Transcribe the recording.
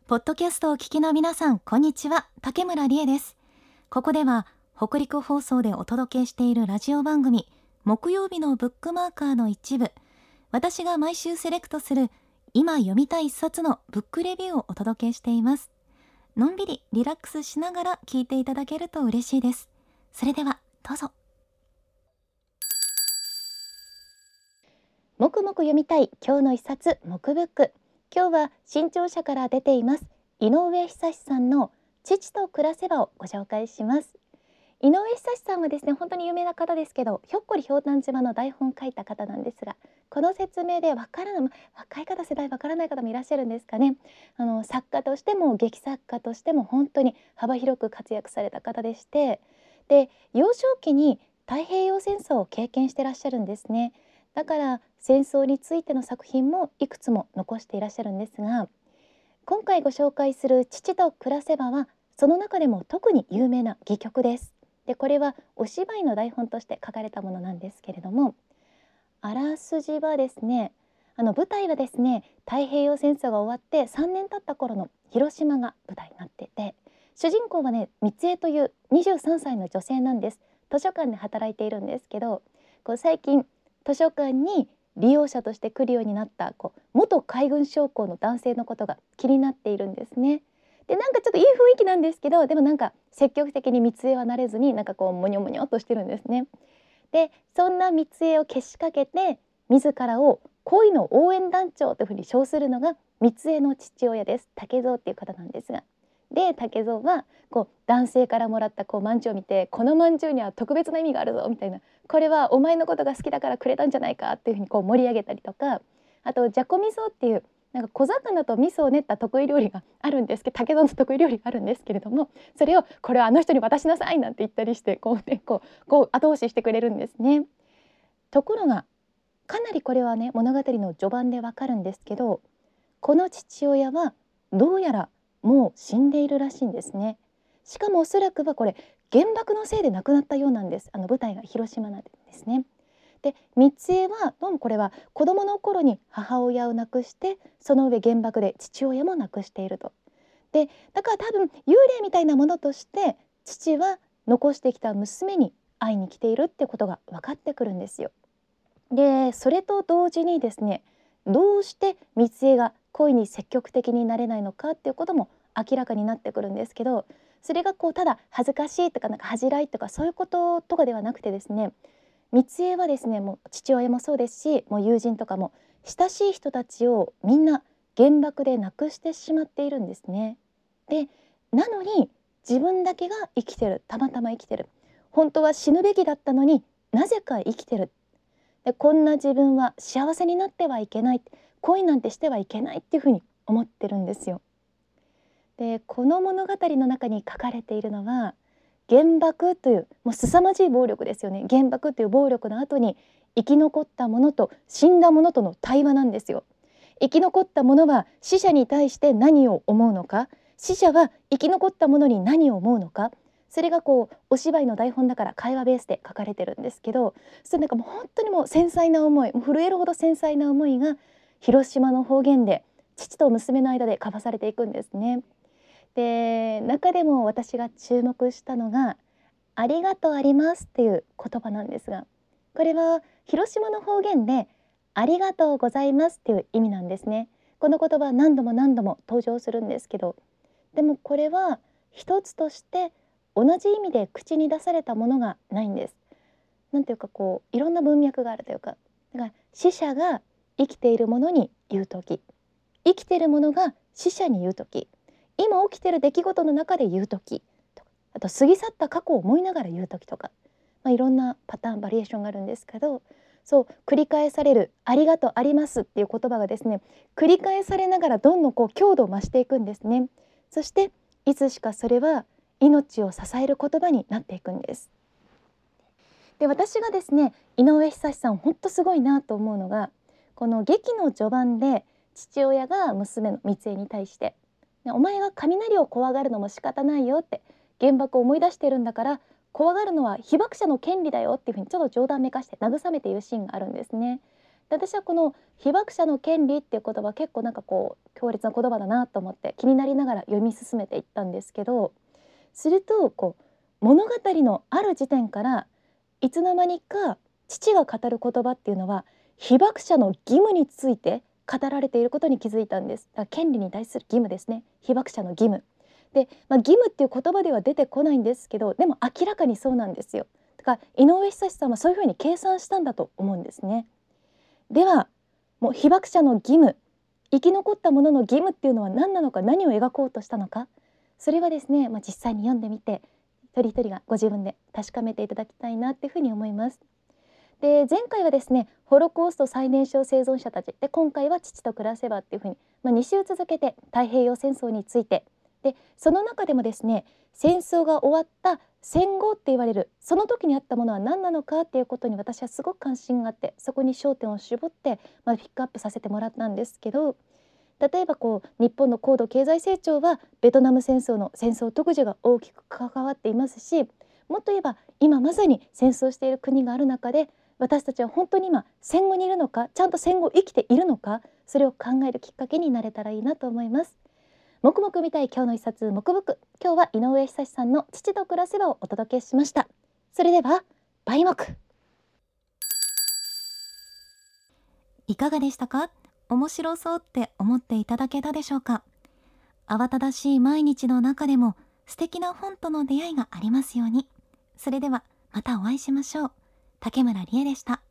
ポッドキャストをお聞きの皆さん、こんにちは。竹村理恵です。ここでは北陸放送でお届けしているラジオ番組、木曜日のブックマーカーの一部、私が毎週セレクトする今読みたい一冊のブックレビューをお届けしています。のんびりリラックスしながら聞いていただけると嬉しいです。それではどうぞ。 もくもく読みたい今日の一冊、木ブック。今日は新潮社から出ています井上久志さんの父と暮らせばをご紹介します。井上久志さんはですね、本当に有名な方ですけど、ひょっこりひょうたん島の台本を書いた方なんですが、この説明でわからない、若い方、世代わからない方もいらっしゃるんですかね。作家としても劇作家としても本当に幅広く活躍された方でして、で幼少期に太平洋戦争を経験してらっしゃるんですね。だから戦争についての作品もいくつも残していらっしゃるんですが、今回ご紹介する父と暮らせばはその中でも特に有名な戯曲です。でこれはお芝居の台本として書かれたものなんですけれども、あらすじはですね、舞台はですね、太平洋戦争が終わって3年経った頃の広島が舞台になっていて、主人公はね、三江という23歳の女性なんです。図書館で働いているんですけど、最近図書館に利用者として来るようになった元海軍将校の男性のことが気になっているんですね。でなんかちょっといい雰囲気なんですけど、でもなんか積極的に三江はなれずに、なんかモニョモニョっとしてるんですね。でそんな三江をけしかけて自らを恋の応援団長というふうに称するのが三江の父親です。竹蔵っていう方なんですが、で竹蔵は男性からもらった饅頭を見て、この饅頭には特別な意味があるぞみたいな、これはお前のことが好きだからくれたんじゃないかっていうふうに盛り上げたりとか、あとじゃこ味噌っていうなんか小魚と味噌を練った得意料理があるんですけど、竹蔵の得意料理があるんですけれども、それをこれはあの人に渡しなさいなんて言ったりして後押ししてくれるんですね。ところがかなりこれはね、物語の序盤でわかるんですけど、この父親はどうやらもう死んでいるらしいんですね。しかもおそらくはこれ原爆のせいで亡くなったようなんです。舞台が広島なんですね。で三江はどうもこれは子供の頃に母親を亡くして、その上原爆で父親も亡くしていると。でだから多分幽霊みたいなものとして父は残してきた娘に会いに来ているってことが分かってくるんですよ。でそれと同時にですね、どうして三江が恋に積極的になれないのかっていうことも明らかになってくるんですけど、それがただ恥ずかしいとかなんか恥じらいとかそういうこととかではなくてですね、三江はですね、もう父親もそうですし、もう友人とかも親しい人たちをみんな原爆で亡くしてしまっているんですね。でなのに自分だけが生きてる、たまたま生きてる、本当は死ぬべきだったのになぜか生きてる。でこんな自分は幸せになってはいけない、恋なんてしてはいけないっていうふうに思ってるんですよ。でこの物語の中に書かれているのは、原爆というもう凄まじい暴力ですよね。原爆という暴力の後に生き残った者と死んだ者との対話なんですよ。生き残った者は死者に対して何を思うのか、死者は生き残った者に何を思うのか、それがお芝居の台本だから会話ベースで書かれてるんですけど、それなんかもう本当にもう繊細な思い、もう震えるほど繊細な思いが広島の方言で父と娘の間で交わされていくんですね。で中でも私が注目したのがありがとうありますっていう言葉なんですが、これは広島の方言でありがとうございますっていう意味なんですね。この言葉何度も何度も登場するんですけど、でもこれは一つとして同じ意味で口に出されたものがないんです。なんていうかいろんな文脈があるというか、だから死者が生きているものに言うとき、生きているものが死者に言うとき、今起きている出来事の中で言うとき、あと過ぎ去った過去を思いながら言うときとか、いろんなパターンバリエーションがあるんですけど、そう繰り返されるありがとうありますっていう言葉がですね、繰り返されながらどんどん強度を増していくんですね。そしていつしかそれは命を支える言葉になっていくんです。で私がですね、井上久志さん本当すごいなと思うのが、この劇の序盤で父親が娘の三江に対して、お前が雷を怖がるのも仕方ないよって、原爆を思い出してるんだから怖がるのは被爆者の権利だよっていうふうにちょっと冗談めかして慰めているシーンがあるんですね。 で私はこの被爆者の権利っていう言葉結構なんかこう強烈な言葉だなと思って気になりながら読み進めていったんですけど、するとこう物語のある時点からいつの間にか父が語る言葉っていうのは被爆者の義務について語られていることに気づいたんです。だから権利に対する義務ですね。被爆者の義務で、義務っていう言葉では出てこないんですけど、でも明らかにそうなんですよ。だから井上久志さんはそういうふうに計算したんだと思うんですね。ではもう被爆者の義務、生き残った者の義務っていうのは何なのか、何を描こうとしたのか、それはですね、実際に読んでみて一人一人がご自分で確かめていただきたいなっていうふうに思います。で前回はですねホロコースト最年少生存者たちで、今回は父と暮らせばっていうふうに、2週続けて太平洋戦争について、でその中でもですね戦争が終わった戦後って言われるその時にあったものは何なのかっていうことに私はすごく関心があって、そこに焦点を絞って、ピックアップさせてもらったんですけど、例えば日本の高度経済成長はベトナム戦争の戦争特需が大きく関わっていますし、もっと言えば今まさに戦争している国がある中で、私たちは本当に今戦後にいるのか、ちゃんと戦後生きているのか、それを考えるきっかけになれたらいいなと思います。黙々見たい今日の一冊黙々、今日は井上久志さんの父と暮らせばをお届けしました。それでは倍目。 いかがでしたか？面白そうって思っていただけたでしょうか？慌ただしい毎日の中でも素敵な本との出会いがありますように。それではまたお会いしましょう。竹村理恵でした。